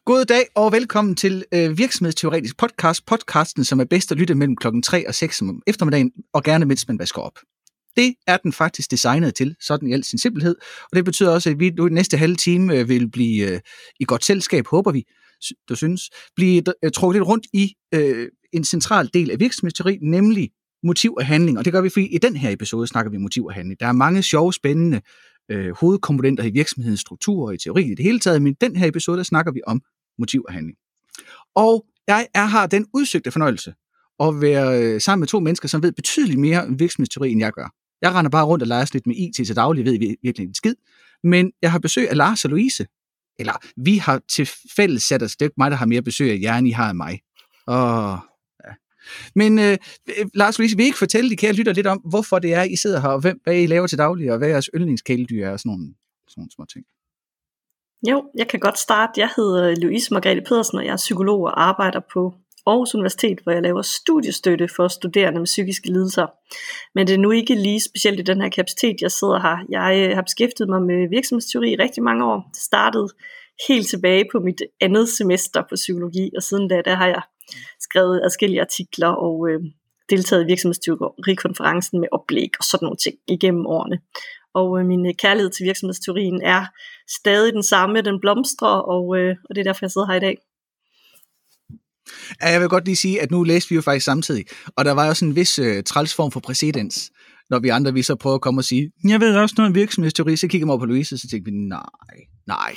God dag og velkommen til Virksomhedsteoretisk Podcast, podcasten, som er bedst at lytte mellem klokken 3 og 6 om eftermiddagen, og gerne mens man vasker op. Det er den faktisk designet til, sådan i al sin simpelhed, og det betyder også, at vi nu i næste halve time vil blive i godt selskab, håber vi, du synes, blive trukket lidt rundt i en central del af virksomhedsteori, nemlig motiv og handling, og det gør vi, fordi i den her episode snakker vi motiv og handling. Der er mange sjove, spændende hovedkomponenter i virksomhedens struktur og i teori i det hele taget, men i den her episode, der snakker vi om motiv og handling. Og jeg har den udsøgte fornøjelse at være sammen med to mennesker, som ved betydeligt mere om virksomhedsteori, end jeg gør. Jeg render bare rundt og leger lidt med IT til daglig, ved virkelig en skid, men jeg har besøg af Lars og Louise. Eller vi har til fælles sat os, det er ikke mig, der har mere besøg af jer, end I har af mig. Men Lars og Louise, vil I ikke fortælle de kære lytter lidt om, hvorfor det er, I sidder her, og hvad I laver til daglig, og hvad jeres yndlingskæledyr er, og sådan nogle små ting? Jo, jeg kan godt starte. Jeg hedder Louise Margrethe Pedersen, og jeg er psykolog og arbejder på Aarhus Universitet, hvor jeg laver studiestøtte for studerende med psykiske lidelser. Men det er nu ikke lige specielt i den her kapacitet, jeg sidder her. Jeg har beskæftiget mig med virksomhedsteori i rigtig mange år. Det startede helt tilbage på mit andet semester på psykologi, og siden da der har jeg skrevet adskillige artikler og deltaget i virksomhedsteorikonferencen med oplæg og sådan nogle ting igennem årene. Og min kærlighed til virksomhedsteorien er stadig den samme, den blomstrer, og det er derfor, jeg sidder her i dag. Ja, jeg vil godt lige sige, at nu læste vi jo faktisk samtidig, og der var jo sådan en vis træls form for præcedens, når vi andre så prøver at komme og sige, jeg ved også noget om virksomhedsteori, så kigger vi over på Louise, så tænkte vi, nej,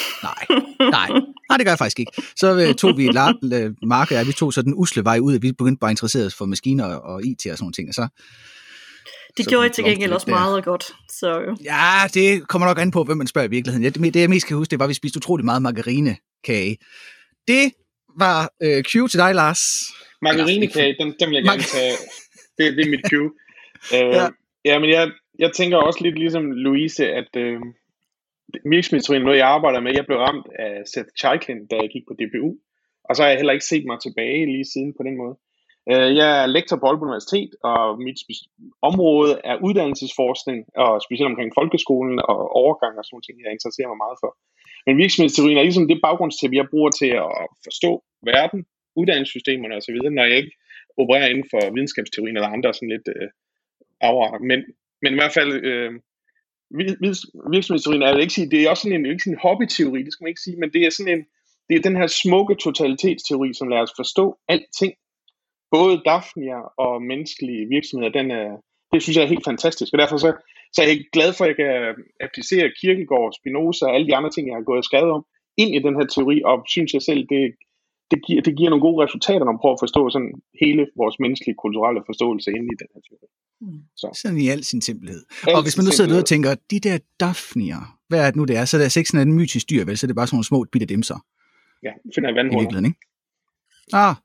det gør jeg faktisk ikke. Så tog vi Mark og jeg, vi tog så den usle vej ud, at vi begyndte bare at interessere os for maskiner og IT og sådan nogle ting, og så... Det gjorde I til gengæld også meget godt. Så. Ja, det kommer nok an på, hvem man spørger i virkeligheden. Det jeg mest kan huske, det var, at vi spiste utrolig meget margarinekage. Det var cue til dig, Lars. Margarinekage, den vil jeg gerne tage. Det er mit cue. Ja, men jeg tænker også lidt ligesom Louise, at virksomhedsteorien er noget, jeg arbejder med. Jeg blev ramt af Seth Chaikin, da jeg gik på DPU. Og så har jeg heller ikke set mig tilbage lige siden på den måde. Jeg er lektor på Aalborg Universitet, og mit område er uddannelsesforskning, og specielt omkring folkeskolen og overgang og sådan nogle ting, jeg interesserer mig meget for. Men virksomhedsteorien er ligesom det baggrundstæppe, jeg bruger til at forstå verden, uddannelsessystemerne osv., når jeg ikke opererer inden for videnskabsteorien eller andre sådan lidt afarter. Men i hvert fald, virksomhedsteorien er ikke sige, det er også sådan en hobbyteori, det skal man ikke sige, men det er den her smukke totalitetsteori, som lader os forstå alting. Både Daphnia og menneskelige virksomheder, det synes jeg er helt fantastisk. Og derfor så er jeg glad for, at jeg kan applicere Kierkegaard, Spinoza og alle de andre ting, jeg har gået og skrevet om, ind i den her teori, og synes jeg selv, det giver nogle gode resultater, når man prøver at forstå sådan hele vores menneskelige kulturelle forståelse inde i den her teori. Sådan i al sin simpelhed. Og hvis man nu sidder og tænker, de der Daphnier, hvad er det nu det er? Så der er ikke sådan en mytisk dyr, vel? Så det er bare sådan nogle små bitte dimser. Ja, finder jeg vandhuller. I virkeligheden, ikke?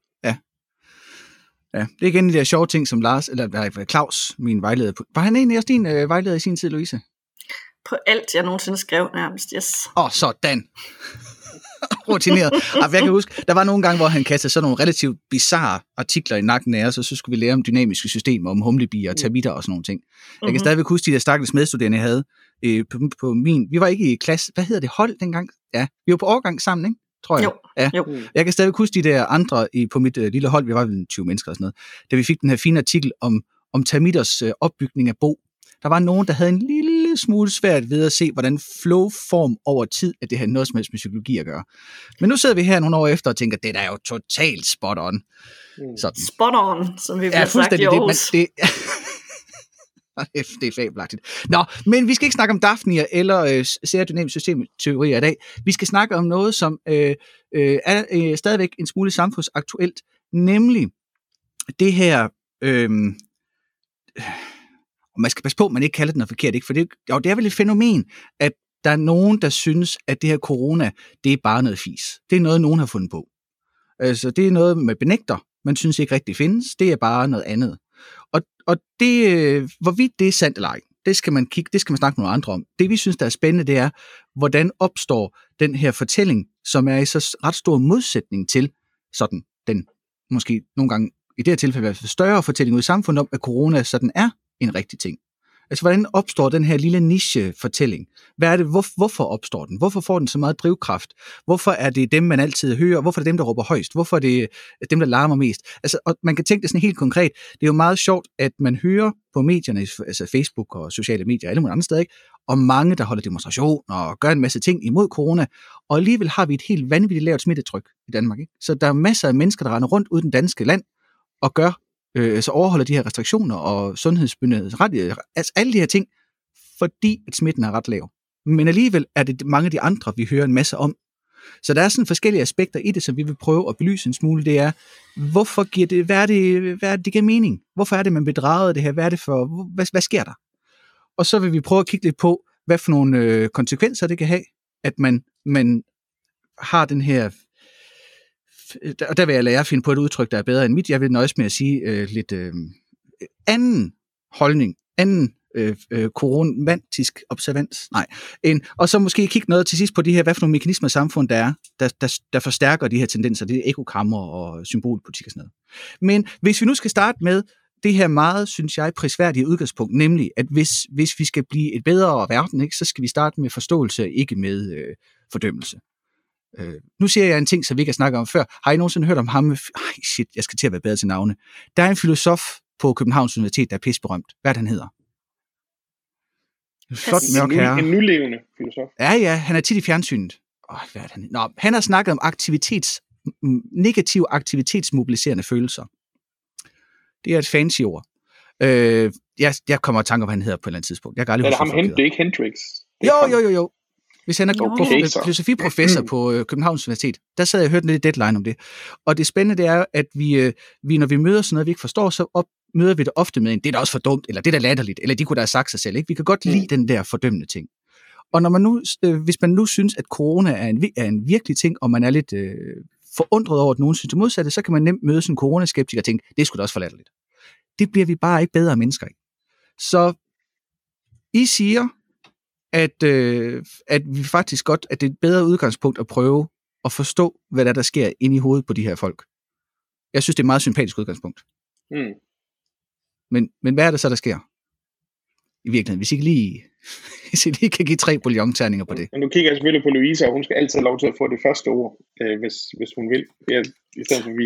Ja, det er igen de der sjove ting, som Claus, min vejleder, var han egentlig også din vejleder i sin tid, Louise? På alt, jeg nogensinde skrev nærmest, yes. Sådan. Rutineret. Jeg kan huske, der var nogle gange, hvor han kastede sådan nogle relativt bizarre artikler i nakken af os, og så skulle vi lære om dynamiske systemer, om humlebier og termitter og sådan nogle ting. Jeg kan stadigvæk huske de der stakkels medstuderende, jeg havde på min... Vi var ikke i klasse... Hvad hedder det? Hold dengang? Ja, vi var på årgang sammen, ikke? Tror jeg. Jo. Jeg kan stadig huske de der andre på mit lille hold, vi var vel 20 mennesker og sådan noget, da vi fik den her fine artikel om termitters opbygning af bo. Der var nogen, der havde en lille smule svært ved at se, hvordan flowform over tid, at det havde noget som helst med psykologi at gøre. Men nu sidder vi her nogle år efter og tænker, det er jo totalt spot on. Sådan. Spot on, som vi bliver sagt i Aarhus. Det er fabelagtigt. Nå, men vi skal ikke snakke om Daphnia eller særdynamisk systemteorier i dag. Vi skal snakke om noget, som er stadigvæk en smule samfundsaktuelt, nemlig det her... og man skal passe på, at man ikke kalder det noget forkert, ikke? For det er vel et fænomen, at der er nogen, der synes, at det her corona, det er bare noget fis. Det er noget, nogen har fundet på. Altså, det er noget, man benægter. Man synes ikke rigtig findes. Det er bare noget andet. Og det, hvorvidt det er sandt eller ej, det skal man snakke med nogle andre om. Det vi synes, der er spændende, det er, hvordan opstår den her fortælling, som er i så ret stor modsætning til sådan den, måske nogle gange i det her tilfælde, større fortælling ud i samfundet om, at corona sådan er en rigtig ting. Altså, hvordan opstår den her lille niche-fortælling? Hvad er det? Hvorfor opstår den? Hvorfor får den så meget drivkraft? Hvorfor er det dem, man altid hører? Hvorfor er det dem, der råber højst? Hvorfor er det dem, der larmer mest? Altså, og man kan tænke det sådan helt konkret. Det er jo meget sjovt, at man hører på medierne, altså Facebook og sociale medier, alle mulige andre steder, ikke? Og mange, der holder demonstrationer og gør en masse ting imod corona, og alligevel har vi et helt vanvittigt lavt smittetryk i Danmark, ikke? Så der er masser af mennesker, der render rundt ud i den danske land og gør, så overholder de her restriktioner og sundhedsmyndigheder, altså alle de her ting, fordi at smitten er ret lav. Men alligevel er det mange af de andre, vi hører en masse om. Så der er sådan forskellige aspekter i det, som vi vil prøve at belyse en smule. Det er, hvorfor giver det, hvad er det giver mening? Hvorfor er det, man bedrager det her? Hvad er det for, hvad sker der? Og så vil vi prøve at kigge lidt på, hvad for nogle konsekvenser det kan have, at man har den her, og der vil jeg lade jer finde på et udtryk, der er bedre end mit. Jeg vil nøjes med at sige lidt anden holdning, anden koronamantisk observans. Og så måske kigge noget til sidst på de her, hvad for nogle mekanismer i samfundet der er, der forstærker de her tendenser. Det er ekokammer og symbolpolitik og sådan noget. Men hvis vi nu skal starte med det her meget, synes jeg, prisværdige udgangspunkt, nemlig, at hvis vi skal blive et bedre verden, ikke, så skal vi starte med forståelse, ikke med fordømmelse. Nu siger jeg en ting, som vi ikke har snakket om før. Har I nogensinde hørt om ham? Jeg skal til at være bedre til navne. Der er en filosof på Københavns Universitet, der er pisberømt. Hvad han hedder? Flot mørk herre. En nulevende filosof. Ja, han er tit i fjernsynet. Han har snakket om negative aktivitetsmobiliserende følelser. Det er et fancy ord. Jeg kommer at tænke, hvad han hedder på et eller andet tidspunkt. Jeg kan aldrig huske, det er ikke Hendrix. Jo. Hvis han er filosofiprofessor på Københavns Universitet, der sad jeg og hørte lidt deadline om det. Og det spændende det er, at vi når vi møder sådan noget, vi ikke forstår, så møder vi det ofte med det er da også for dumt, eller det er da latterligt, eller de kunne da have sagt sig selv. Ikke? Vi kan godt lide den der fordømmende ting. Og når man nu, hvis man nu synes, at corona er en virkelig ting, og man er lidt forundret over, at nogen synes det modsatte, så kan man nemt møde sådan en coronaskeptiker og tænke, det er sgu da også for latterligt. Det bliver vi bare ikke bedre mennesker i. Så I siger, at vi faktisk godt, at det er et bedre udgangspunkt at prøve at forstå, hvad der sker inde i hovedet på de her folk. Jeg synes, det er et meget sympatisk udgangspunkt. Men hvad er det så, der sker? I virkeligheden, hvis I lige kan give 3 bouillon-terninger på det. Nu kigger jeg selvfølgelig på Louise, og hun skal altid have lov til at få det første ord, hvis hun vil. I stedet for,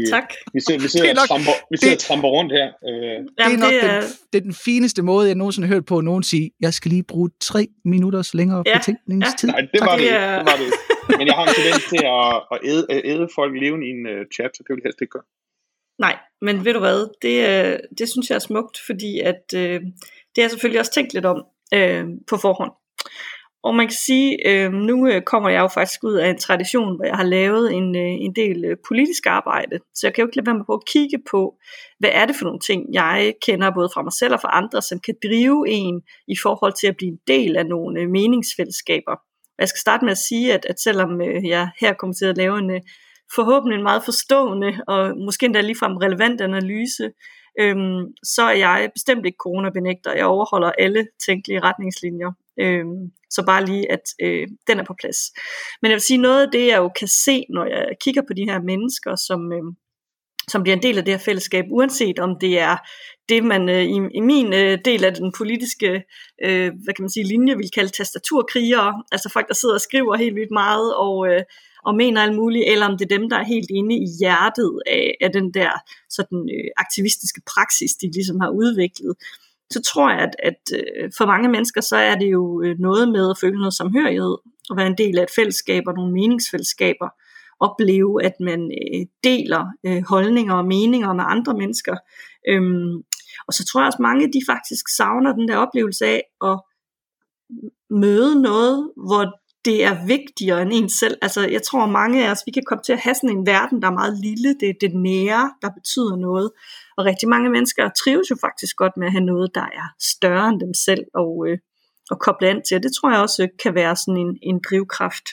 vi sidder og tramper rundt her. Det er den fineste måde, jeg nogensinde har hørt på nogen sige, jeg skal lige bruge 3 minutters længere betænkningstid. Nej, det var det. Men jeg har en tendens til at æde folk levende i en chat, så det vil jeg helst ikke gøre. Nej, men ved du hvad, det synes jeg er smukt, fordi at det har jeg selvfølgelig også tænkt lidt om på forhånd. Og man kan sige, nu kommer jeg jo faktisk ud af en tradition, hvor jeg har lavet en del politisk arbejde, så jeg kan jo ikke lade være med på at kigge på, hvad er det for nogle ting, jeg kender både fra mig selv og fra andre, som kan drive en i forhold til at blive en del af nogle meningsfællesskaber. Jeg skal starte med at sige, at selvom jeg her kommer til at lave en forhåbentlig en meget forstående og måske endda ligefrem relevant analyse, så er jeg bestemt ikke coronabenægter. Jeg overholder alle tænkelige retningslinjer. Så bare lige, at den er på plads. Men jeg vil sige, noget af det, jeg jo kan se, når jeg kigger på de her mennesker, som bliver en del af det her fællesskab, uanset om det er det, man i min del af den politiske linje vil kalde tastaturkrigere, altså folk, der sidder og skriver helt vildt meget og mener alt muligt, eller om det er dem, der er helt inde i hjertet af den der sådan aktivistiske praksis, de ligesom har udviklet. Så tror jeg, at for mange mennesker, så er det jo noget med at føle noget samhørighed, og være en del af et fællesskab og nogle meningsfællesskaber, opleve, at man deler holdninger og meninger med andre mennesker. Og så tror jeg også, mange de faktisk savner den der oplevelse af at møde noget, hvor det er vigtigere end en selv. Altså jeg tror, mange af os, vi kan komme til at have sådan en verden, der er meget lille. Det er det nære, der betyder noget. Og rigtig mange mennesker trives jo faktisk godt med at have noget, der er større end dem selv og koble an til. Og det tror jeg også kan være sådan en drivkraft.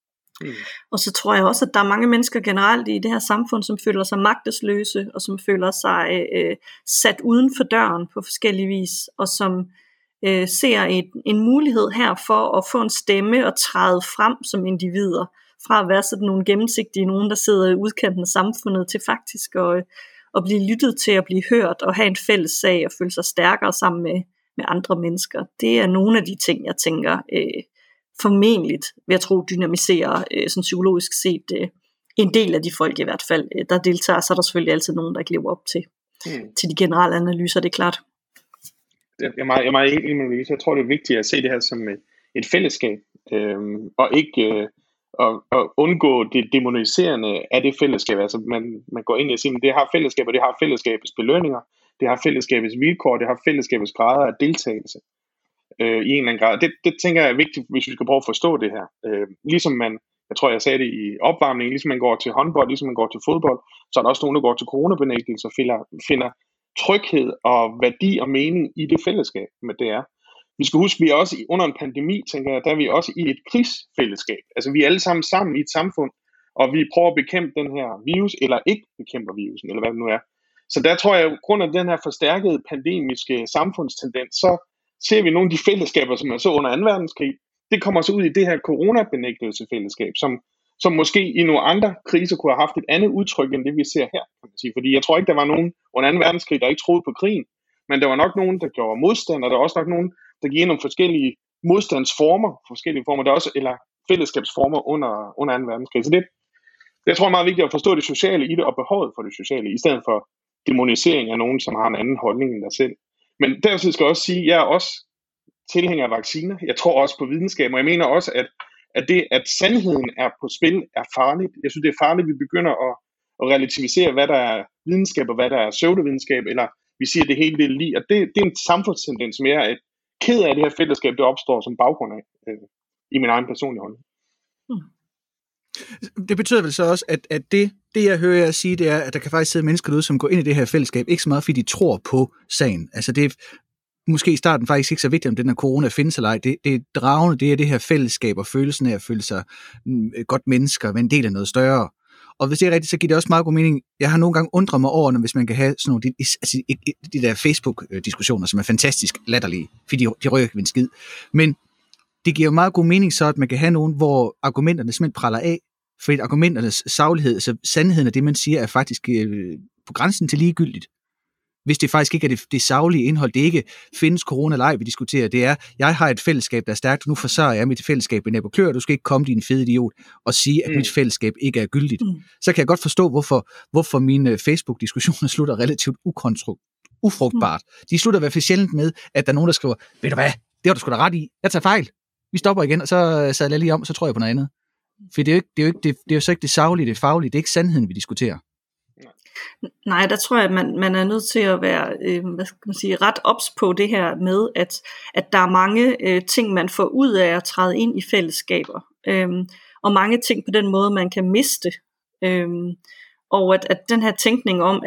Og så tror jeg også, at der er mange mennesker generelt i det her samfund, som føler sig magtesløse, og som føler sig sat uden for døren på forskellige vis, og som ser en mulighed her for at få en stemme og træde frem som individer, fra at være sådan nogle gennemsigtige, nogen der sidder i udkanten af samfundet, til faktisk at blive lyttet til, at blive hørt, og have en fælles sag, og føle sig stærkere sammen med andre mennesker. Det er nogle af de ting, jeg tænker formentligt, vil jeg tro, dynamiserer sådan psykologisk set en del af de folk i hvert fald, der deltager. Så er der selvfølgelig altid nogen, der ikke lever op til de generelle analyser, det er klart. Jeg er meget enig med Louise. Jeg tror, det er vigtigt at se det her som et fællesskab, og ikke at undgå det demoniserende af det fællesskab. Altså man går ind og siger, at det har fællesskab, og det har fællesskabets belønninger, det har fællesskabets vilkår, det har fællesskabets grader af deltagelse i en eller anden grad. Det tænker jeg er vigtigt, hvis vi skal prøve at forstå det her. Ligesom jeg tror, jeg sagde det i opvarmningen, ligesom man går til håndbold, ligesom man går til fodbold, så er der også nogen, der går til coronabenægtelse og finder tryghed og værdi og mening i det fællesskab, med det er. Vi skal huske, vi er også under en pandemi, tænker jeg, der er vi også i et krigsfællesskab. Altså vi er alle sammen i et samfund, og vi prøver at bekæmpe den her virus, eller ikke bekæmper virusen, eller hvad det nu er. Så der tror jeg, på grund af den her forstærkede pandemiske samfundstendens, så ser vi nogle af de fællesskaber, som man så under 2. verdenskrig. Det kommer så ud i det her coronabenægtelsesfællesskab, som måske i nogle andre kriser kunne have haft et andet udtryk, end det vi ser her, kan man sige. Fordi jeg tror ikke, der var nogen under 2. verdenskrig, der ikke troede på krigen, men der var nok nogen, der gjorde modstand, og der var også nok nogen, der gik ind om forskellige modstandsformer, der også, eller fællesskabsformer under 2. verdenskrig. Så det tror jeg er meget vigtigt at forstå det sociale i det, og behovet for det sociale, i stedet for demonisering af nogen, som har en anden holdning end dig selv. Men derfor skal jeg også sige, at jeg er også tilhænger af vacciner. Jeg tror også på videnskab, og jeg mener også, at det, at sandheden er på spil, er farligt. Jeg synes, det er farligt, at vi begynder at relativisere, hvad der er videnskab, og hvad der er pseudovidenskab, eller vi siger, det hele det er lige. Og det er en samfundstendens mere, at ked af det her fællesskab, det opstår som baggrund af, i min egen personlige holdning. Det betyder vel så også, at det jeg hører jer sige, det er, at der kan faktisk sidde mennesker derude, som går ind i det her fællesskab, ikke så meget, fordi de tror på sagen. Altså det er måske i starten faktisk ikke så vigtigt, om den her corona findes eller ej. Det er dragende, det er det her fællesskab og følelsen af at føle sig godt mennesker, være en del af noget større. Og hvis det er rigtigt, så giver det også meget god mening. Jeg har nogle gange undret mig over, hvis man kan have sådan nogle, de der Facebook-diskussioner, som er fantastisk latterlige, fordi de rører ikke ved en skid. Men det giver jo meget god mening så, at man kan have nogen, hvor argumenterne simpelthen praller af, fordi argumenternes saglighed, altså sandheden af det, man siger, er faktisk på grænsen til ligegyldigt. Hvis det faktisk ikke er det saglige indhold, det ikke findes corona eller ej, vi diskuterer, det er, jeg har et fællesskab, der er stærkt, nu forsørger jeg mit fællesskab med Nebbe Klør, du skal ikke komme, din fede idiot, og sige, at mit fællesskab ikke er gyldigt. Så kan jeg godt forstå, hvorfor mine Facebook-diskussioner slutter relativt ufrugtbart. De slutter i hvert fald sjældent med, at der er nogen, der skriver, ved du hvad, det har du sgu da ret i, jeg tager fejl, vi stopper igen, og så sadler jeg lige om, så tror jeg på noget andet. For det er jo så ikke det saglige, det faglige, det er ikke sandheden, vi diskuterer. Nej, der tror jeg, at man er nødt til at være ret ops på det her med, at der er mange ting, man får ud af at træde ind i fællesskaber. Og mange ting på den måde, man kan miste. Og at den her tænkning om,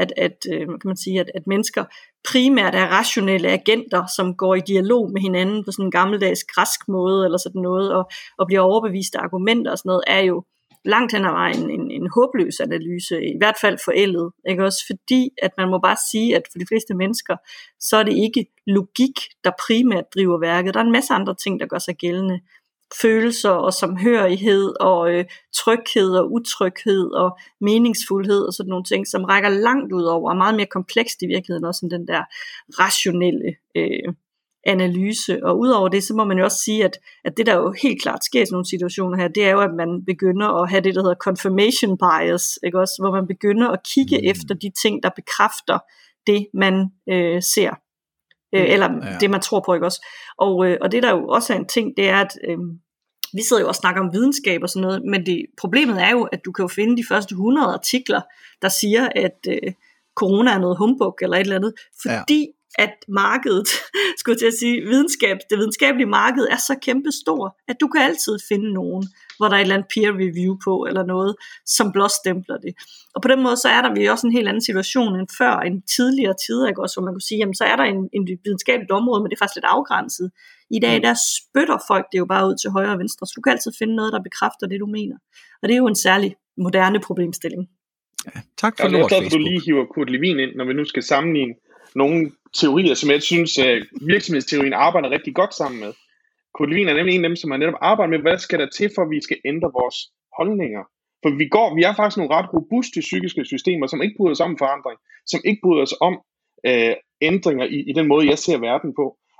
at mennesker primært er rationelle agenter, som går i dialog med hinanden på sådan en gammeldags græsk måde, eller sådan noget, og bliver overbevist af argumenter og sådan noget, er jo langt hen ad vejen en håbløs analyse, i hvert fald forældet, ikke også, fordi at man må bare sige, at for de fleste mennesker, så er det ikke logik, der primært driver værket. Der er en masse andre ting, der gør sig gældende. Følelser og samhørighed og tryghed og utryghed og meningsfuldhed og sådan nogle ting, som rækker langt ud over, og meget mere komplekst i virkeligheden også end den der rationelle analyse. Og udover det, så må man jo også sige, at det der jo helt klart sker i sådan nogle situationer her, det er jo, at man begynder at have det, der hedder confirmation bias, ikke også? Hvor man begynder at kigge efter de ting, der bekræfter det, man ser. Eller det, man tror på, ikke også? Og det der jo også er en ting, det er, at vi sidder jo og snakker om videnskab og sådan noget, men problemet er jo, at du kan jo finde de første 100 artikler, der siger, at corona er noget humbug eller et eller andet, fordi at markedet, skulle jeg til at sige, det videnskabelige marked er så kæmpestor, at du kan altid finde nogen, hvor der er et eller andet peer review på, eller noget, som blåstempler det. Og på den måde, så er der vi også en helt anden situation end før, en tidligere tid, ikke også, hvor man kunne sige, jamen så er der en videnskabeligt område, men det er faktisk lidt afgrænset. I dag, der spytter folk det jo bare ud til højre og venstre, så du kan altid finde noget, der bekræfter det, du mener. Og det er jo en særlig moderne problemstilling. Ja, tak for lort, Facebook. Jeg er glad for, at du lige hiver Kurt Lewin ind, når vi nu skal sammenligne nogle teorier, som jeg synes, virksomhedsteorien arbejder rigtig godt sammen med. Kurt Lewin er nemlig en af dem, som har netop arbejdet med, hvad skal der til, for at vi skal ændre vores holdninger. For vi er faktisk nogle ret robuste psykiske systemer, som ikke bryder os om forandring, som ikke bryder os om ændringer i den måde, jeg ser verden på.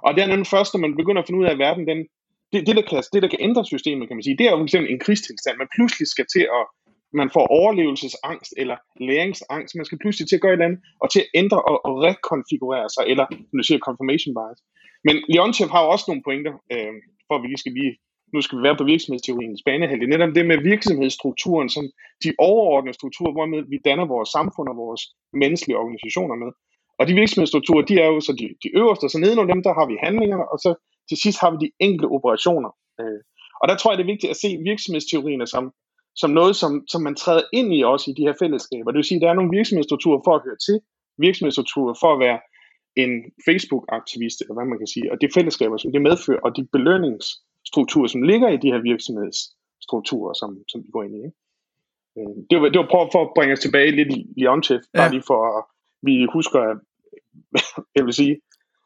Og det er nemlig først, når man begynder at finde ud af, at verden, det der kan ændre systemet, kan man sige, det er jo for eksempel en krigstilstand. Man pludselig skal til at, man får overlevelsesangst eller læringsangst. Man skal pludselig til at gøre et eller andet, og til at ændre og rekonfigurere sig, eller, som du siger, confirmation bias. Men Leontief har jo også nogle pointer, for at vi nu skal vi være på virksomhedsteoriens banehalvdel. Netop det med virksomhedsstrukturen, som de overordnede strukturer, hvormed vi danner vores samfund og vores menneskelige organisationer med. Og de virksomhedsstrukturer, de er jo så de øverste, så nedenunder dem, der har vi handlinger, og så til sidst har vi de enkelte operationer. Og der tror jeg, det er vigtigt at se virksomhedsteorierne som noget, som man træder ind i også i de her fællesskaber. Det vil sige, at der er nogle virksomhedsstrukturer for at høre til, virksomhedsstrukturer for at være en Facebook-aktivist, eller hvad man kan sige, og de fællesskaber, som det medfører, og de belønningsstrukturer, som ligger i de her virksomhedsstrukturer, som vi går ind i. Det var for at bringe os tilbage lidt i Leontief, bare lige for at vi husker, jeg vil sige,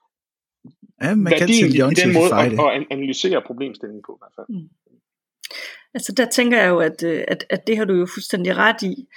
værdien i den måde at analysere problemstillingen på, i hvert fald. Altså der tænker jeg jo, at det har du jo fuldstændig ret i.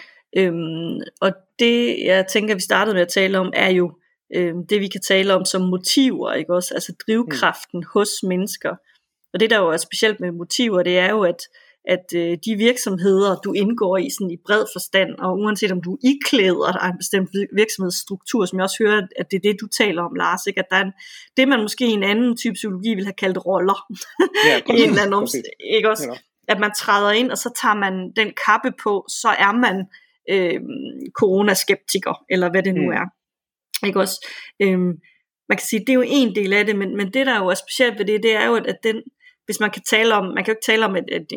Og det jeg tænker vi startede med at tale om er jo det vi kan tale om som motiver, ikke også? Altså drivkraften hos mennesker. Og det der jo er specielt med motiver, det er jo at de virksomheder du indgår i sådan i bred forstand, og uanset om du iklæder dig en bestemt virksomhedsstruktur, som jeg også hører at det er det du taler om, Lars, ikke? At der er det man måske i en anden type psykologi vil have kaldt roller. Ja, i en eller anden ikke også? Ja. At man træder ind, og så tager man den kappe på, så er man coronaskeptiker, eller hvad det nu er. Ikke også? Man kan sige, det er jo en del af det, men det der jo er specielt ved det er jo, at den, hvis man kan tale om, man kan jo ikke tale om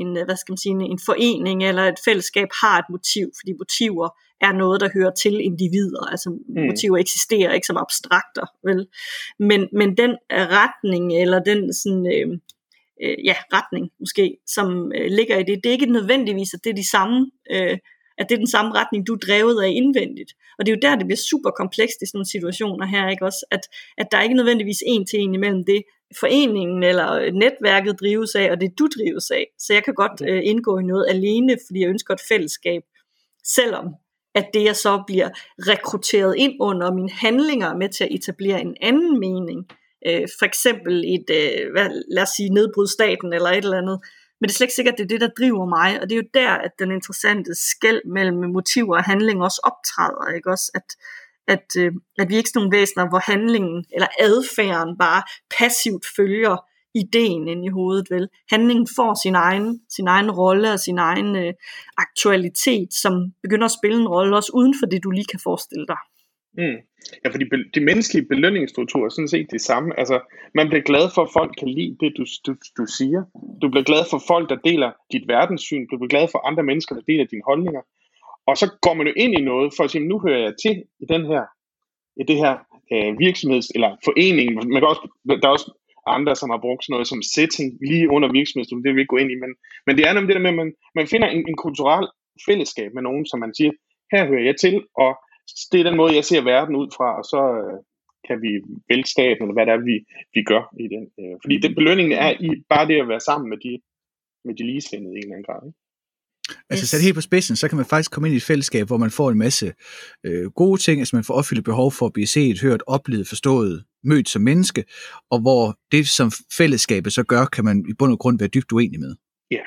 en forening eller et fællesskab har et motiv, fordi motiver er noget, der hører til individer, altså motiver eksisterer ikke som abstrakter, vel? Men den retning, eller den sådan, retning måske, som ligger i det er ikke nødvendigvis, at det er de samme, at det er den samme retning, du er drevet af indvendigt. Og det er jo der, det bliver super komplekst i sådan nogle situationer her, ikke også? At der er ikke nødvendigvis en til en imellem det, foreningen eller netværket drives af, og det du drives af. Så jeg kan godt indgå i noget alene, fordi jeg ønsker et fællesskab, selvom at det jeg så bliver rekrutteret ind under mine handlinger med til at etablere en anden mening. For eksempel lad os sige nedbryde staten eller et eller andet. Men det er slet ikke sikkert, at det er det, der driver mig. Og det er jo der, at den interessante skel mellem motiver og handling også optræder. Ikke også? At vi ikke er sådan nogle væsener, hvor handlingen eller adfærden bare passivt følger ideen ind i hovedet. Vel? Handlingen får sin egen rolle og sin egen aktualitet, som begynder at spille en rolle også uden for det, du lige kan forestille dig. Ja, fordi de menneskelige belønningsstrukturer er sådan set det samme. Altså, man bliver glad for, at folk kan lide det, du siger. Du bliver glad for folk, der deler dit verdenssyn. Du bliver glad for andre mennesker, der deler dine holdninger. Og så går man jo ind i noget, for at sige, nu hører jeg til i det her virksomheds- eller forening. Der er også andre, som har brugt sådan noget som setting lige under virksomheden. Det vil vi ikke gå ind i. Men det er nemlig det der med, at man finder en kulturel fællesskab med nogen, som man siger, her hører jeg til, og det er den måde, jeg ser verden ud fra, og så kan vi vælte staten, eller hvad det er, vi gør i den. Fordi den belønningen er i bare det at være sammen med de ligesindede i en eller anden grad. Ikke? Altså sat helt på spidsen, så kan man faktisk komme ind i et fællesskab, hvor man får en masse gode ting, altså man får opfyldt behov for at blive set, hørt, oplevet, forstået, mødt som menneske, og hvor det som fællesskabet så gør, kan man i bund og grund være dybt uenig med. Ja.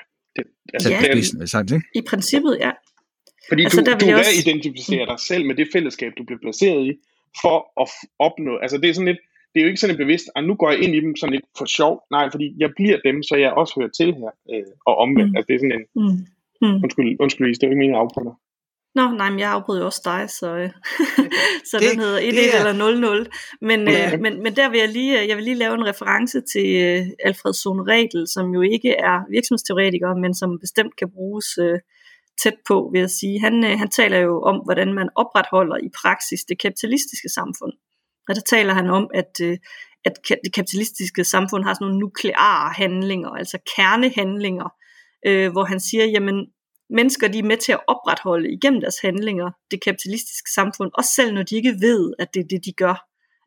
I princippet, ja. Fordi altså, du identificerer dig selv med det fællesskab, du bliver placeret i, for at opnå, altså det er sådan lidt, det er jo ikke sådan et bevidst, at nu går jeg ind i dem sådan lidt for sjov, nej, fordi jeg bliver dem, så jeg også hører til her, og omvendt, altså det er sådan en, undskyld, det er jo ikke meningen at afprøve dig. Nej, men jeg afbryder jo også dig, så den hedder 1-1 eller 0-0. Men der vil jeg vil lige lave en reference til Alfred Sohn-Rethel, som jo ikke er virksomhedsteoretiker, men som bestemt kan bruges tæt på, vil jeg sige. Han taler jo om, hvordan man opretholder i praksis det kapitalistiske samfund. Og der taler han om, at det kapitalistiske samfund har sådan nogle nukleare handlinger, altså kernehandlinger, hvor han siger, jamen, mennesker de er med til at opretholde igennem deres handlinger det kapitalistiske samfund, også selv når de ikke ved, at det er det, de gør.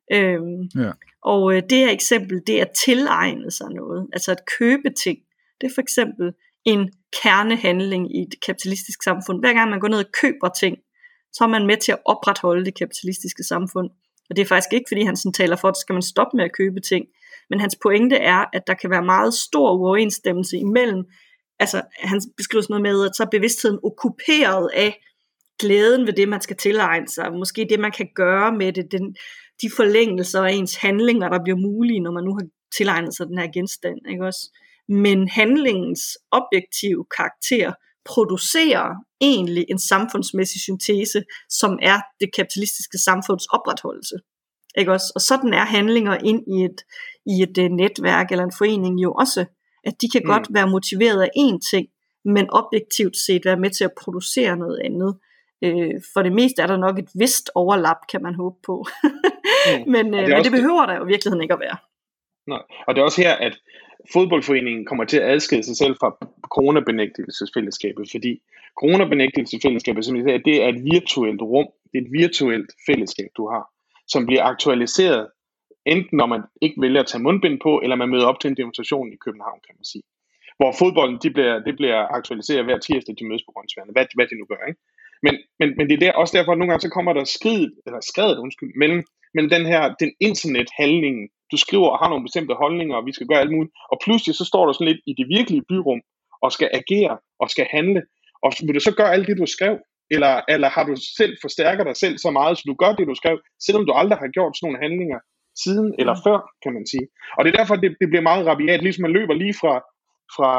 Og det her eksempel, det er at tilegne sig noget, altså at købe ting. Det er for eksempel en kernehandling i et kapitalistisk samfund. Hver gang man går ned og køber ting, så er man med til at opretholde det kapitalistiske samfund. Og det er faktisk ikke, fordi han sådan taler for, at så skal man stoppe med at købe ting. Men hans pointe er, at der kan være meget stor uoverensstemmelse imellem, altså han beskriver sådan noget med, at så er bevidstheden okkuperet af glæden ved det, man skal tilegne sig, måske det, man kan gøre med det, de forlængelser af ens handlinger, der bliver mulige, når man nu har tilegnet sig den her genstand, ikke også? Men handlingens objektive karakter producerer egentlig en samfundsmæssig syntese, som er det kapitalistiske samfunds opretholdelse. Ikke også? Og sådan er handlinger ind i et netværk eller en forening jo også, at de kan godt være motiveret af én ting, men objektivt set være med til at producere noget andet. For det meste er der nok et vist overlap, kan man håbe på. men det behøver der jo i virkeligheden ikke at være. Nej. Og det er også her, at fodboldforeningen kommer til at adskille sig selv fra coronabenægtelsesfællesskabet, fordi coronabenægtelsesfællesskabet, som jeg siger, det er et virtuelt rum, det er et virtuelt fællesskab, du har, som bliver aktualiseret, enten når man ikke vælger at tage mundbind på, eller man møder op til en demonstration i København, kan man sige. Hvor fodbolden, det bliver aktualiseret hver tirsdag, de mødes på Grønsværen, hvad de nu gør, ikke? Men det er også derfor, at nogle gange så kommer der skredet mellem den internethandlingen. Du skriver og har nogle bestemte holdninger, og vi skal gøre alt muligt. Og pludselig så står du sådan lidt i det virkelige byrum, og skal agere, og skal handle. Og vil du så gøre alt det, du skrev? Eller har du selv forstærket dig selv så meget, så du gør det, du skrev, selvom du aldrig har gjort sådan nogle handlinger siden eller før, kan man sige. Og det er derfor, det bliver meget rabiat, ligesom man løber lige fra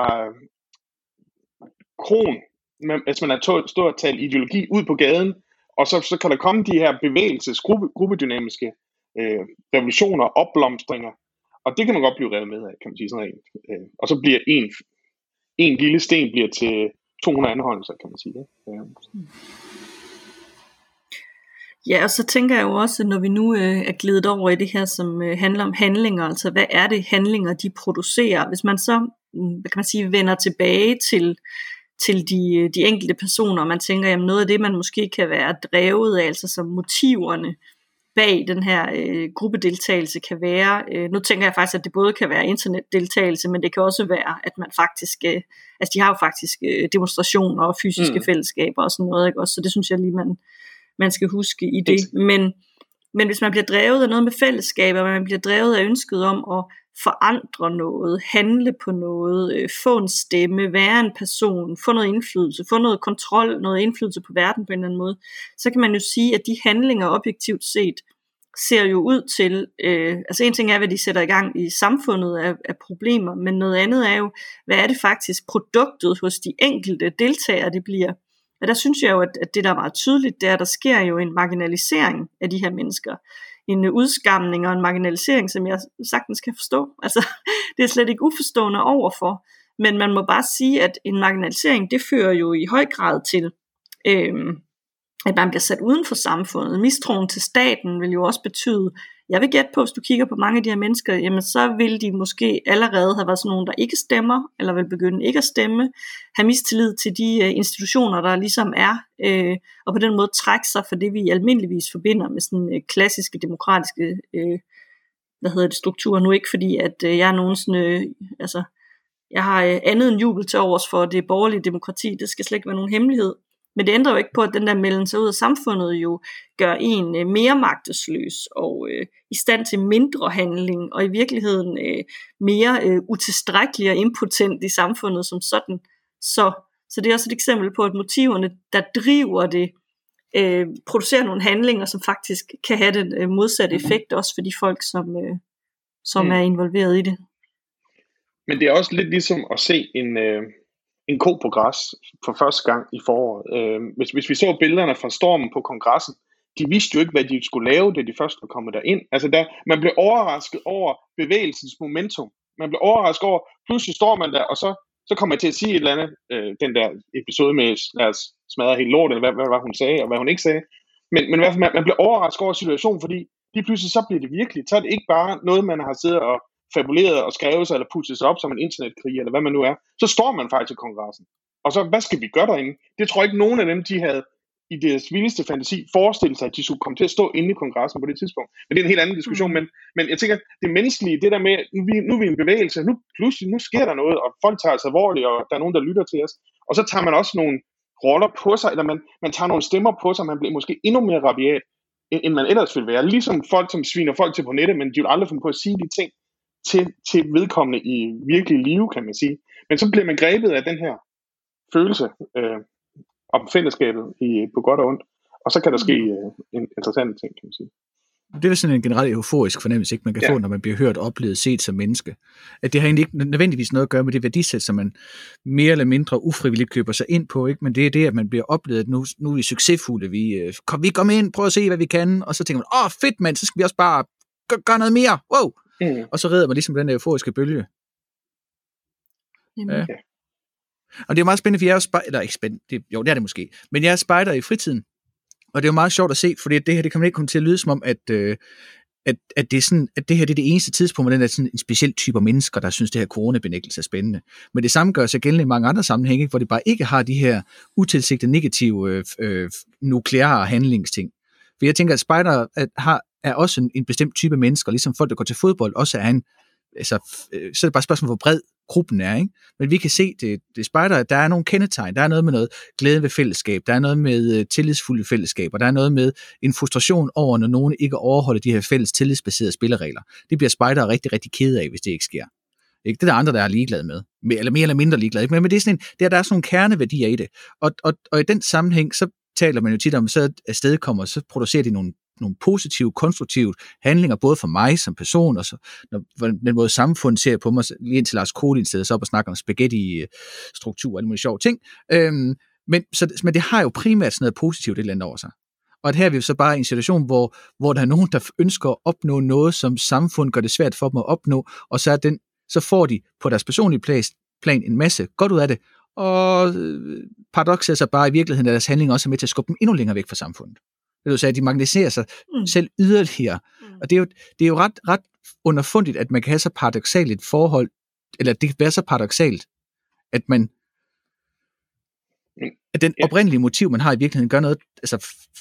kron, hvis man har stået og talt ideologi ud på gaden, og så kan der komme de her gruppedynamiske revolutioner, opblomstringer, og det kan man godt blive revet med af, kan man sige sådan rent. Og så bliver en lille sten bliver til 200 anholdelser, kan man sige det. Ja, og så tænker jeg jo også, når vi nu er glidet over i det her, som handler om handlinger, altså hvad er det handlinger, de producerer? Hvis man så, hvad kan man sige, vender tilbage til de enkelte personer, og man tænker, jamen noget af det, man måske kan være drevet af, altså som motiverne bag den her gruppedeltagelse kan være, nu tænker jeg faktisk, at det både kan være internetdeltagelse, men det kan også være, at man faktisk, altså de har jo faktisk demonstrationer og fysiske fællesskaber og sådan noget, ikke også? Så det synes jeg lige, man skal huske i det. Men hvis man bliver drevet af noget med fællesskaber, man bliver drevet af ønsket om at forandre noget, handle på noget, få en stemme, være en person, få noget indflydelse, få noget kontrol, noget indflydelse på verden på en eller anden måde, så kan man jo sige, at de handlinger objektivt set ser jo ud til, altså en ting er, hvad de sætter i gang i samfundet af problemer, men noget andet er jo, hvad er det faktisk produktet hos de enkelte deltagere, det bliver. Og der synes jeg jo, at det der er meget tydeligt, det er, at der sker jo en marginalisering af de her mennesker. En udskamning og en marginalisering, som jeg sagtens kan forstå. Altså, det er slet ikke uforstående overfor. Men man må bare sige, at en marginalisering, det fører jo i høj grad til, at man bliver sat uden for samfundet. Mistroen til staten vil jo også betyde, jeg vil gætte på, hvis du kigger på mange af de her mennesker, jamen så vil de måske allerede have været sådan nogen, der ikke stemmer, eller vil begynde ikke at stemme, have mistillid til de institutioner, der ligesom er, og på den måde trække sig for det, vi almindeligvis forbinder med sådan klassiske demokratiske strukturer. Nu ikke fordi, at jeg er nogen sådan, altså jeg har andet end jubel til overs for det borgerlige demokrati, det skal slet ikke være nogen hemmelighed. Men det ændrer jo ikke på, at den der melden sig ud af samfundet jo gør en mere magtesløs og i stand til mindre handling, og i virkeligheden mere utilstrækkelig og impotent i samfundet som sådan. Så det er også et eksempel på, at motiverne, der driver det, producerer nogle handlinger, som faktisk kan have den modsatte effekt, også for de folk, som er involveret i det. Men det er også lidt ligesom at se en ko på græs for første gang i foråret. Hvis vi så billederne fra stormen på kongressen, de vidste jo ikke, hvad de skulle lave, da de først var kommet derind. Altså man blev overrasket over bevægelsens momentum. Man blev overrasket over, pludselig står man der, og så kommer jeg til at sige et eller andet, den der episode med, lad os smadre helt lort, eller hvad hun sagde, og hvad hun ikke sagde. Men i hvert fald, man blev overrasket over situationen, fordi lige pludselig så bliver det virkeligt. Så er det ikke bare noget, man har siddet og fabuleret og skrevet sig, eller puttet sig op som en internetkrig, eller hvad man nu er. Så står man faktisk i kongressen. Og så, hvad skal vi gøre derinde? Det tror jeg ikke, nogen af dem, de havde i deres vildeste fantasi forestillet sig, at de skulle komme til at stå inde i kongressen på det tidspunkt. Men det er en helt anden diskussion. Men jeg tænker, det menneskelige, det der med, nu er vi en bevægelse, nu sker der noget, og folk tager os alvorligt, og der er nogen, der lytter til os. Og så tager man også nogle roller på sig, eller man tager nogle stemmer på sig, man bliver måske endnu mere rabiat, end man ellers ville være. Ligesom folk, som sviner folk til på nettet, men de vil aldrig finde på at sige de ting, til vedkommende i virkelig live, kan man sige. Men så bliver man grebet af den her følelse om fællesskabet på godt og ondt, og så kan der ske en interessant ting, kan man sige. Det er sådan en generelt euforisk fornemmelse, ikke man kan få, når man bliver hørt, oplevet, set som menneske. At det har egentlig ikke nødvendigvis noget at gøre med det værdisæt, som man mere eller mindre ufrivilligt køber sig ind på, ikke? Men det er det, at man bliver oplevet, at nu er vi succesfulde, vi kommer ind, prøv at se, hvad vi kan, og så tænker man, fedt mand, så skal vi også bare gøre noget mere, wow! Og så redder man ligesom den der euforiske bølge. Ja. Og det er meget spændende, for jeg er jo eller ikke spændende, det er det måske, men jeg er spejder i fritiden. Og det er jo meget sjovt at se, fordi det her, det kan man ikke komme til at lyde som om, at det er sådan, at det her det er det eneste tidspunkt, hvor den er sådan en speciel type af mennesker, der synes, det her coronabenægtelse er spændende. Men det samme gør sig gældende i mange andre sammenhænge, hvor det bare ikke har de her utilsigtede negative nukleare handlingsting. For jeg tænker, at spejder er også en bestemt type af mennesker, ligesom folk, der går til fodbold, også er så er det bare et spørgsmål, hvor bred gruppen er, ikke? Men vi kan se, det spejder, at der er nogle kendetegn. Der er noget med noget glæde ved fællesskab, der er noget med tillidsfulde fællesskaber, der er noget med en frustration over, når nogen ikke overholder de her fælles tillidsbaserede spilleregler. Det bliver spejder rigtig, rigtig ked af, hvis det ikke sker. Ikke? Det er der andre, der er ligeglade med. Eller mere eller mindre ligeglade. Ikke? Men det er sådan der er sådan nogle kerneværdier i det. Og i den sammenhæng, så taler man jo tit om, så afstedkommer, så producerer de nogle positive, konstruktive handlinger, både for mig som person, og så, den måde samfund ser på mig, lige indtil Lars Kohlin steder sig op og snakker om spaghetti-struktur og alle mulige sjove ting. Men det har jo primært sådan noget positivt et eller andet over sig. Og her er vi jo så bare i en situation, hvor der er nogen, der ønsker at opnå noget, som samfund gør det svært for dem at opnå, og så får de på deres personlige plan en masse godt ud af det, og paradokset er så bare i virkeligheden, at deres handling også er med til at skubbe dem endnu længere væk fra samfundet. Det vil sige, at de marginaliserer sig selv yderligere. Og det er jo ret underfundigt, at man kan have så paradoksalt et forhold, eller det kan være så paradoksalt, at at den oprindelige motiv, man har i virkeligheden, gør noget, altså,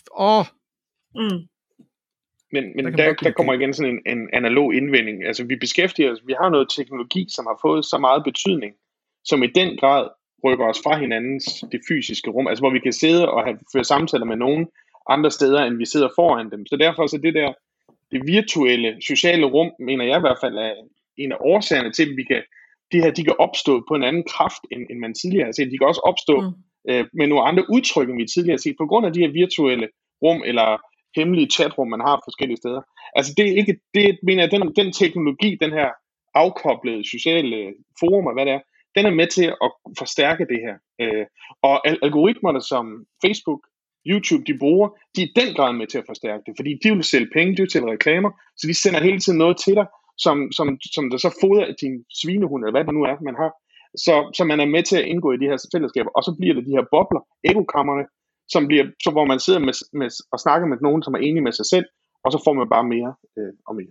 Men der kommer igen sådan en analog indvending. Altså vi beskæftiger os, vi har noget teknologi, som har fået så meget betydning, som i den grad rykker os fra hinandens det fysiske rum, altså hvor vi kan sidde og føre samtaler med nogen andre steder, end vi sidder foran dem. Så derfor så det virtuelle sociale rum, mener jeg i hvert fald, er en af årsagerne til, at de kan opstå på en anden kraft, end man tidligere har set. De kan også opstå med nogle andre udtryk, end vi tidligere har set, på grund af de her virtuelle rum, eller hemmelige chatrum, man har forskellige steder. Altså mener jeg, den teknologi, den her afkoblede sociale forumer, hvad det er, den er med til at forstærke det her. Og algoritmerne som Facebook, YouTube, de bruger, de er i den grad med til at forstærke det, fordi de vil sælge penge, de vil sælge reklamer, så de sender hele tiden noget til dig, som der så fodrer din svinehund, eller hvad det nu er, man har, så man er med til at indgå i de her fællesskaber, og så bliver det de her bobler, ekokammerne, hvor man sidder med og snakker med nogen, som er enige med sig selv, og så får man bare mere og mere.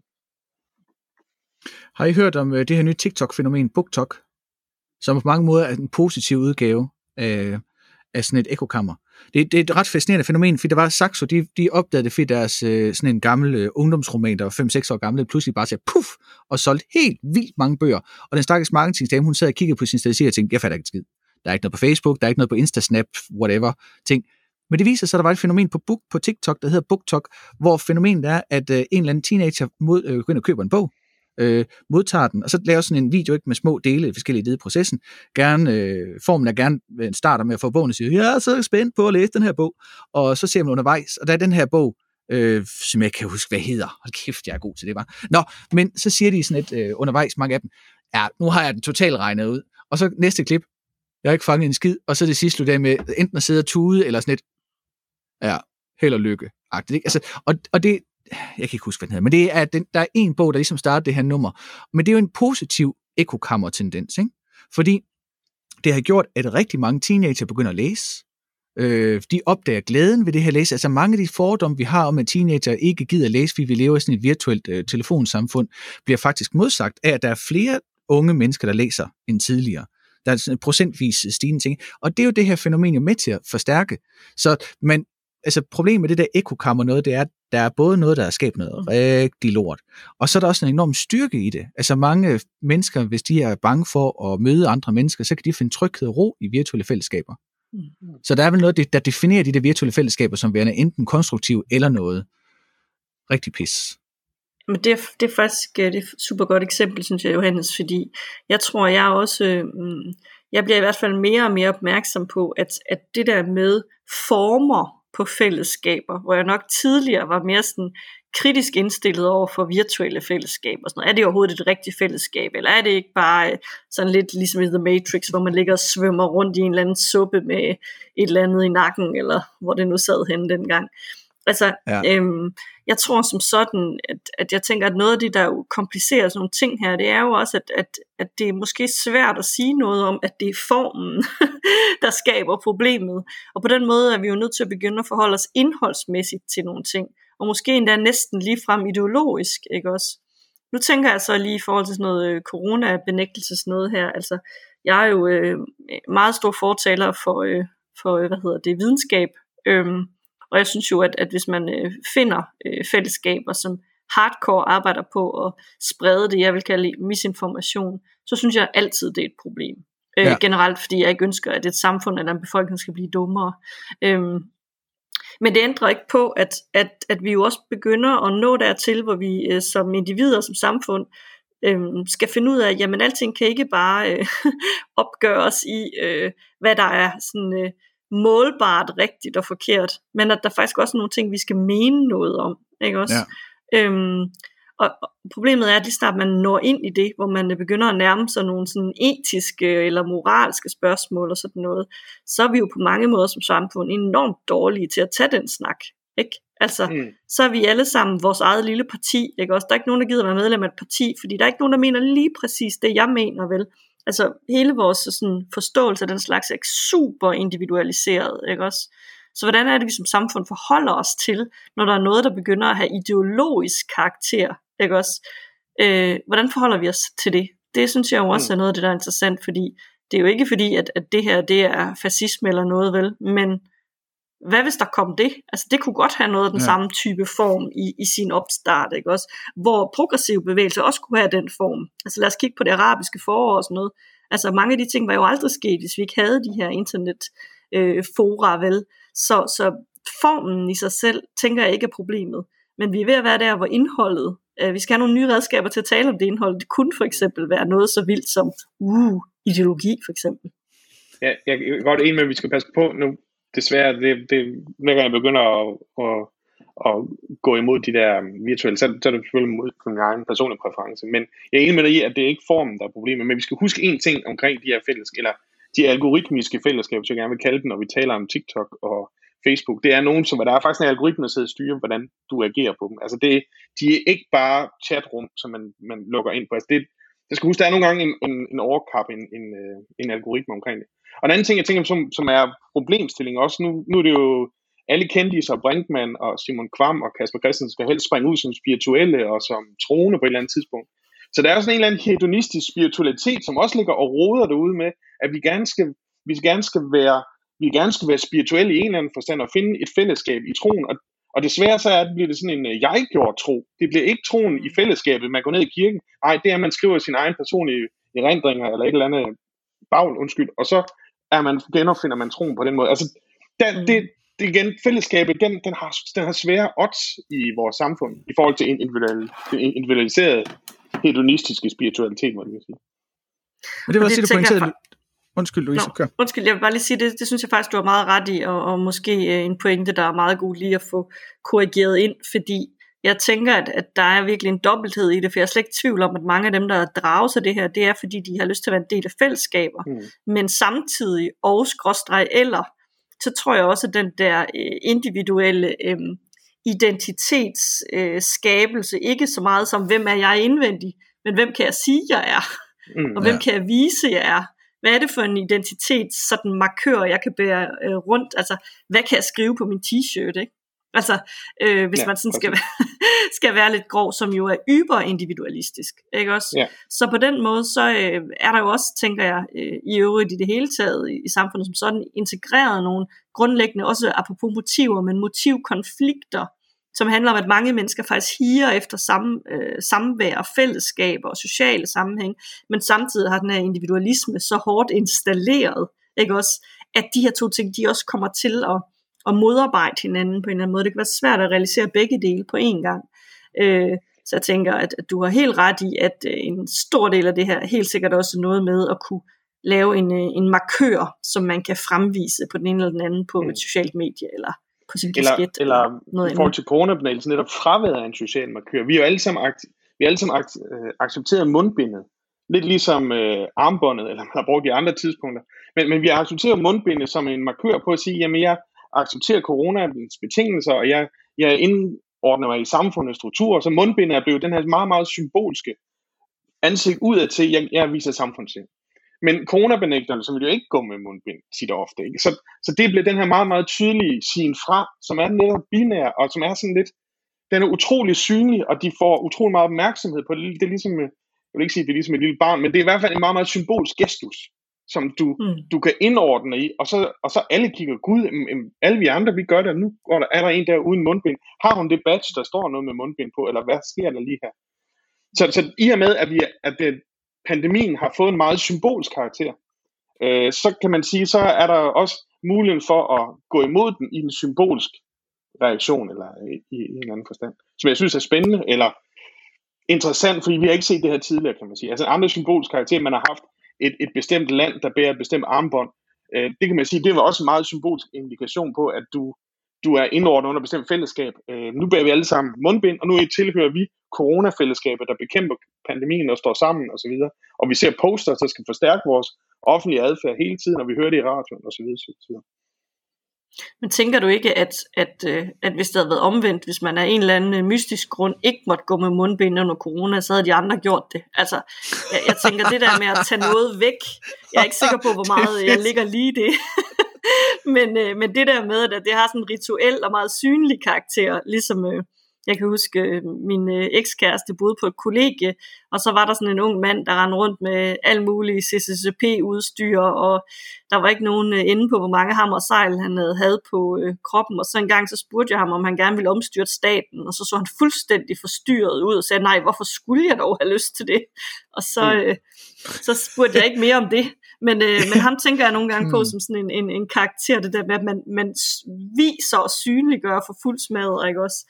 Har I hørt om det her nye TikTok-fænomen, BookTok, som på mange måder er en positiv udgave af sådan et ekokammer? Det er et ret fascinerende fænomen, fordi der var Saxo, de opdagede det, fordi deres sådan en gammel ungdomsroman, der var 5-6 år gammel, pludselig bare sagde puff, og solgte helt vildt mange bøger. Og den stakkels marketingdame, hun sad og kiggede på sin statistik og tænkte, jeg fatter ikke skid. Der er ikke noget på Facebook, der er ikke noget på Instasnap, whatever ting. Men det viser sig, at der var et fænomen på TikTok, der hedder BookTok, hvor fænomenet er, at en eller anden teenager går ind og køber en bog, modtager den, og så laver sådan en video ikke med små dele, forskellige dele i processen. Formen er gerne starter med at få bogen og siger, jeg er så spændt på at læse den her bog, og så ser man undervejs, og der er den her bog, som jeg kan huske, hvad hedder. Hold kæft, jeg er god til det, var. Nå, men så siger de sådan et undervejs, mange af dem, ja, nu har jeg den totalt regnet ud, og så næste klip, jeg har ikke fanget en skid, og så det sidste slutter med enten at sidde og tude, eller sådan et, ja, held og lykke. Altså, og det, jeg kan ikke huske, hvad den hedder, men det er, der er en bog, der ligesom starter det her nummer, men det er jo en positiv ekokammer-tendens, ikke? Fordi det har gjort, at rigtig mange teenager begynder at læse. De opdager glæden ved det her læse. Altså mange af de fordomme, vi har om, at teenager ikke gider at læse, fordi vi lever i sådan et virtuelt telefonsamfund, bliver faktisk modsagt af, at der er flere unge mennesker, der læser end tidligere. Der er sådan en procentvis stigende ting. Og det er jo det her fænomen jo med til at forstærke. Så altså problemet med det der ekokammer noget, det er, at der er både noget, der er skabt noget rigtig lort, og så er der også en enorm styrke i det. Altså mange mennesker, hvis de er bange for at møde andre mennesker, så kan de finde tryghed og ro i virtuelle fællesskaber. Så der er vel noget, der definerer de der virtuelle fællesskaber som værende enten konstruktiv eller noget rigtig pis. Men det er faktisk det er et super godt eksempel, synes jeg, Johannes, fordi jeg tror, jeg også, jeg bliver i hvert fald mere og mere opmærksom på, at det der med former på fællesskaber, hvor jeg nok tidligere var mere sådan kritisk indstillet over for virtuelle fællesskaber og sådan noget. Er det overhovedet et rigtigt fællesskab, eller er det ikke bare sådan lidt ligesom i The Matrix, hvor man ligger og svømmer rundt i en eller anden suppe med et eller andet i nakken, eller hvor det nu sad henne dengang. Altså, jeg tror som sådan, at jeg tænker, at noget af det, der jo komplicerer sådan nogle ting her, det er jo også, at det er måske svært at sige noget om, at det er formen, der skaber problemet. Og på den måde er vi jo nødt til at begynde at forholde os indholdsmæssigt til nogle ting, og måske endda næsten ligefrem ideologisk, ikke også? Nu tænker jeg så lige i forhold til sådan noget corona-benægtelses noget her, altså, jeg er jo meget stor fortaler for videnskab, og jeg synes jo, at hvis man finder fællesskaber, som hardcore arbejder på at sprede det, jeg vil kalde misinformation, så synes jeg altid, det er et problem. Generelt, fordi jeg ikke ønsker, at et samfund eller en befolkning skal blive dummere. Men det ændrer ikke på, at vi jo også begynder at nå dertil, hvor vi som individer, som samfund, skal finde ud af, at jamen, alting kan ikke bare opgøres i, hvad der er sådan målbart rigtigt og forkert, men at der faktisk også er nogle ting, vi skal mene noget om, ikke også? Ja. Og problemet er, at lige snart man når ind i det, hvor man begynder at nærme sig nogle sådan etiske eller moralske spørgsmål og sådan noget, så er vi jo på mange måder som samfund enormt dårlige til at tage den snak, ikke? Altså, så er vi alle sammen vores eget lille parti, ikke også? Der er ikke nogen, der gider være medlem af et parti, fordi der er ikke nogen, der mener lige præcis det, jeg mener, vel? Altså, hele vores sådan, forståelse af den slags er super individualiseret, ikke også? Så hvordan er det, vi som samfund forholder os til, når der er noget, der begynder at have ideologisk karakter, ikke også? Hvordan forholder vi os til det? Det synes jeg jo også er noget af det, der er interessant, fordi det er jo ikke fordi, at det her, det er fascisme eller noget, vel? Men hvad hvis der kom det? Altså, det kunne godt have noget af den samme type form i sin opstart, ikke også? Hvor progressive bevægelser også kunne have den form. Altså, lad os kigge på det arabiske forår og sådan noget. Altså, mange af de ting var jo aldrig sket, hvis vi ikke havde de her internetfora, vel? Så formen i sig selv, tænker jeg ikke er problemet. Men vi er ved at være der, hvor indholdet, vi skal have nogle nye redskaber til at tale om det indhold. Det kunne for eksempel være noget så vildt som ideologi, for eksempel. Ja, jeg er godt enig med, at vi skal passe på nu. Desværre, hver gang jeg begynder at gå imod de der virtuelle, så er det selvfølgelig mod min egen personlige præference. Men jeg er enig med dig i, at det er ikke formen, der er problemet. Men vi skal huske én ting omkring de her fællesskaber, eller de algoritmiske fællesskaber, som jeg gerne vil kalde dem, når vi taler om TikTok og Facebook. Det er nogen, som der er faktisk en algoritme, der sidder og styrer, hvordan du agerer på dem. Altså de er ikke bare chatrum, som man logger ind på. Altså jeg skal huske, der er nogle gange en overkap, en algoritme omkring det. Og en anden ting, jeg tænker, som er problemstilling også, nu er det jo alle kendiser, Brinkmann og Simon Kvam og Kasper Christensen skal helst springe ud som spirituelle og som troende på et eller andet tidspunkt. Så der er sådan en eller anden hedonistisk spiritualitet, som også ligger og roder derude med, at vi gerne skal være spirituelle i en eller anden forstand og finde et fællesskab i troen. Og desværre så bliver det sådan en jeg-gjort tro. Det bliver ikke troen i fællesskabet, man går ned i kirken. Nej, det er, at man skriver sin egen personlige erindringer eller et eller andet bagl, og så genopfinder man troen på den måde. Altså, det igen, fællesskabet, den har svære odds i vores samfund i forhold til en individualiseret hedonistiske spiritualitet, må jeg sige. Men det var også det, du pointerede. Undskyld, Louise. Undskyld, jeg vil bare lige sige, det synes jeg faktisk, du har meget ret i, og måske en pointe, der er meget god lige at få korrigeret ind, fordi jeg tænker, at der er virkelig en dobbelthed i det, for jeg er slet ikke i tvivl om, at mange af dem, der drager sig det her, det er, fordi de har lyst til at være en del af fællesskaber, men samtidig eller så tror jeg også, at den der individuelle identitetsskabelse, ikke så meget som, hvem er jeg indvendig, men hvem kan jeg sige, jeg er, og hvem kan jeg vise, jeg er. Hvad er det for en identitet, sådan markør, jeg kan bære rundt? Altså, hvad kan jeg skrive på min t-shirt, ikke? Altså, hvis man sådan skal være lidt grov, som jo er yber-individualistisk, ikke også? Ja. Så på den måde, så er der jo også, tænker jeg, i øvrigt i det hele taget, i samfundet som sådan, integreret nogle grundlæggende, også apropos motiver, men motivkonflikter, som handler om, at mange mennesker faktisk higer efter samvær og fællesskaber og sociale sammenhæng, men samtidig har den her individualisme så hårdt installeret, ikke også, at de her to ting, de også kommer til at modarbejde hinanden på en eller anden måde. Det kan være svært at realisere begge dele på én gang. Så jeg tænker, at du har helt ret i, at en stor del af det her helt sikkert også noget med at kunne lave en markør, som man kan fremvise på den ene eller den anden på et socialt medie, eller på sin kasket. Eller noget i forhold til coronabenægelsen, netop fraværet af en social markør. Vi har jo alle sammen accepteret mundbindet. Lidt ligesom armbåndet, eller man har brugt i andre tidspunkter. Men vi har accepteret mundbindet som en markør på at sige, jamen jeg accepterer coronaens betingelser, og jeg indordner mig i samfundets strukturer, så mundbindet er blevet den her meget, meget symbolske ansigt udad til, jeg viser samfundssind. Men coronabenægterne, som vil jo ikke gå med mundbind tit og ofte, ikke? Så det bliver den her meget, meget tydelige sin fra, som er netop binær, og som er sådan lidt, den er utrolig synlig, og de får utrolig meget opmærksomhed på det. Det er ligesom, jeg vil ikke sige, at det er ligesom et lille barn, men det er i hvert fald en meget, meget symbolsk gestus, som du kan indordne i, og så alle kigger, gud, alle vi andre, vi gør det, nu er der en der uden mundbind. Har hun det badge, der står noget med mundbind på, eller hvad sker der lige her? Så i og med, at pandemien har fået en meget symbolsk karakter, så kan man sige, så er der også muligheden for at gå imod den i en symbolsk reaktion, eller i en eller anden forstand, som jeg synes er spændende, eller interessant, fordi vi har ikke set det her tidligere, kan man sige. Altså andre symbolske karakter, man har haft et bestemt land, der bærer et bestemt armbånd, det kan man sige, det var også en meget symbolsk indikation på, at du er indordnet under et bestemt fællesskab. Nu bærer vi alle sammen mundbind, og nu tilhører vi coronafællesskabet, der bekæmper pandemien og står sammen osv. Og vi ser poster, der skal forstærke vores offentlige adfærd hele tiden, når vi hører det i radioen osv. Men tænker du ikke, at hvis det havde været omvendt, hvis man af en eller anden mystisk grund ikke måtte gå med mundbind under corona, så havde de andre gjort det? Altså, jeg tænker det der med at tage noget væk, jeg er ikke sikker på, hvor meget jeg ligger lige i det. men det der med, at det har sådan en rituel og meget synlig karakter, ligesom jeg kan huske, min ekskæreste boede på et kollegie, og så var der sådan en ung mand, der rendte rundt med al mulig CCCP-udstyr, og der var ikke nogen ende på, hvor mange hammer og sejl han havde på kroppen, og så en gang så spurgte jeg ham, om han gerne ville omstyrte staten, og så han fuldstændig forstyrret ud og sagde, nej, hvorfor skulle jeg dog have lyst til det? Og så spurgte jeg ikke mere om det, men ham tænker jeg nogle gange på som sådan en karakter, det der med, at man viser og synliggør for fuld smadret, ikke også?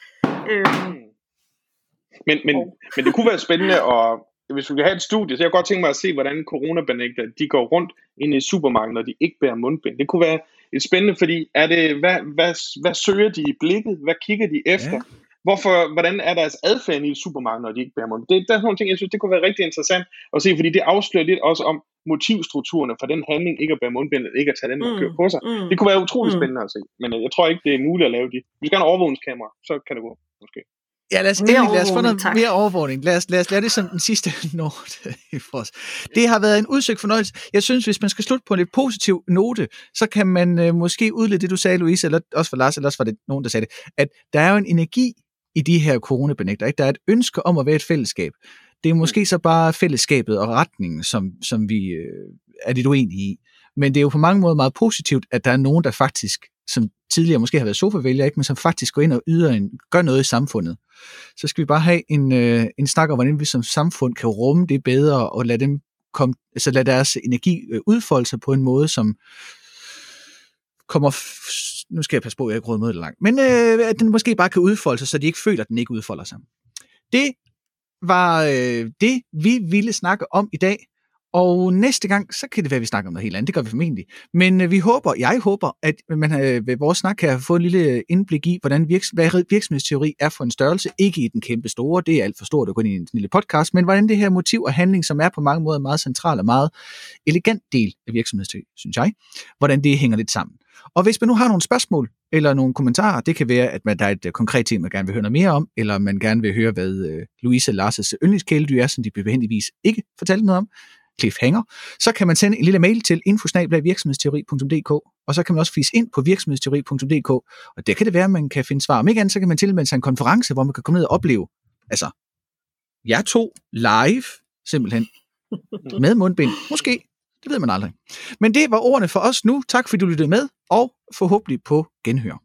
Men det kunne være spændende, og hvis vi kan have et studie, så jeg kunne godt tænke mig at se, hvordan coronabenægtere, de går rundt ind i supermarkedet, når de ikke bærer mundbind. Det kunne være et spændende, fordi hvad søger de i blikket? Hvad kigger de efter? Hvordan er deres adfærd i supermarkedet, når de ikke bærer mundbind? Der er sådan nogle ting, jeg synes, det kunne være rigtig interessant at se, fordi det afslører lidt også om motivstrukturerne for den handling, ikke at bære mundbind, eller ikke at tage den markør på sig. Det kunne være utrolig spændende at se, men jeg tror ikke, det er muligt at lave de. Vi skal have en overvågningskamera, så kan det gå, måske. Ja, lad os få noget mere overvågning. Lad os lade det som den sidste note for os. Det har været en udsøgt fornøjelse. Jeg synes, hvis man skal slutte på en lidt positiv note, så kan man måske udlede det, du sagde, Louise, eller også for Lars, eller også var det nogen, der sagde det, at der er jo en energi i de her coronabenægter, ikke? Der er et ønske om at være et fællesskab. Det er måske så bare fællesskabet og retningen, som vi er lidt uenige i. Men det er jo på mange måder meget positivt, at der er nogen, der faktisk, som tidligere måske har været sofavælgere, ikke, men som faktisk går ind og gør noget i samfundet. Så skal vi bare have en snak om, hvordan vi som samfund kan rumme det bedre, og lade dem lade deres energi udfolde sig på en måde, som kommer, nu skal jeg passe på, at jeg ikke råder med det langt, men at den måske bare kan udfolde sig, så de ikke føler, at den ikke udfolder sig. Det var det, vi ville snakke om i dag. Og næste gang, så kan det være, at vi snakker om noget helt andet. Det gør vi formentlig. Men jeg håber, at man ved vores snak kan få et lille indblik i, hvad virksomhedsteori er for en størrelse. Ikke i den kæmpe store, det er alt for stort at gå ind i en lille podcast, men hvordan det her motiv og handling, som er på mange måder meget central og meget elegant del af virksomhedsteori, synes jeg, hvordan det hænger lidt sammen. Og hvis man nu har nogle spørgsmål eller nogle kommentarer, det kan være, at der er et konkret tema, man gerne vil høre noget mere om, eller man gerne vil høre, hvad Louise og Lars' yndlingskæledyr er, som de behendigvis ikke fortalte noget om, cliffhanger, så kan man sende en lille mail til info@virksomhedsteori.dk, og så kan man også fise ind på virksomhedsteori.dk, og der kan det være, at man kan finde svar. Om ikke andet, så kan man tilmelde sig en konference, hvor man kan komme ned og opleve, altså, jer to live, simpelthen, med mundbind. Måske, det ved man aldrig. Men det var ordene for os nu. Tak fordi du lyttede med, og forhåbentlig på genhør.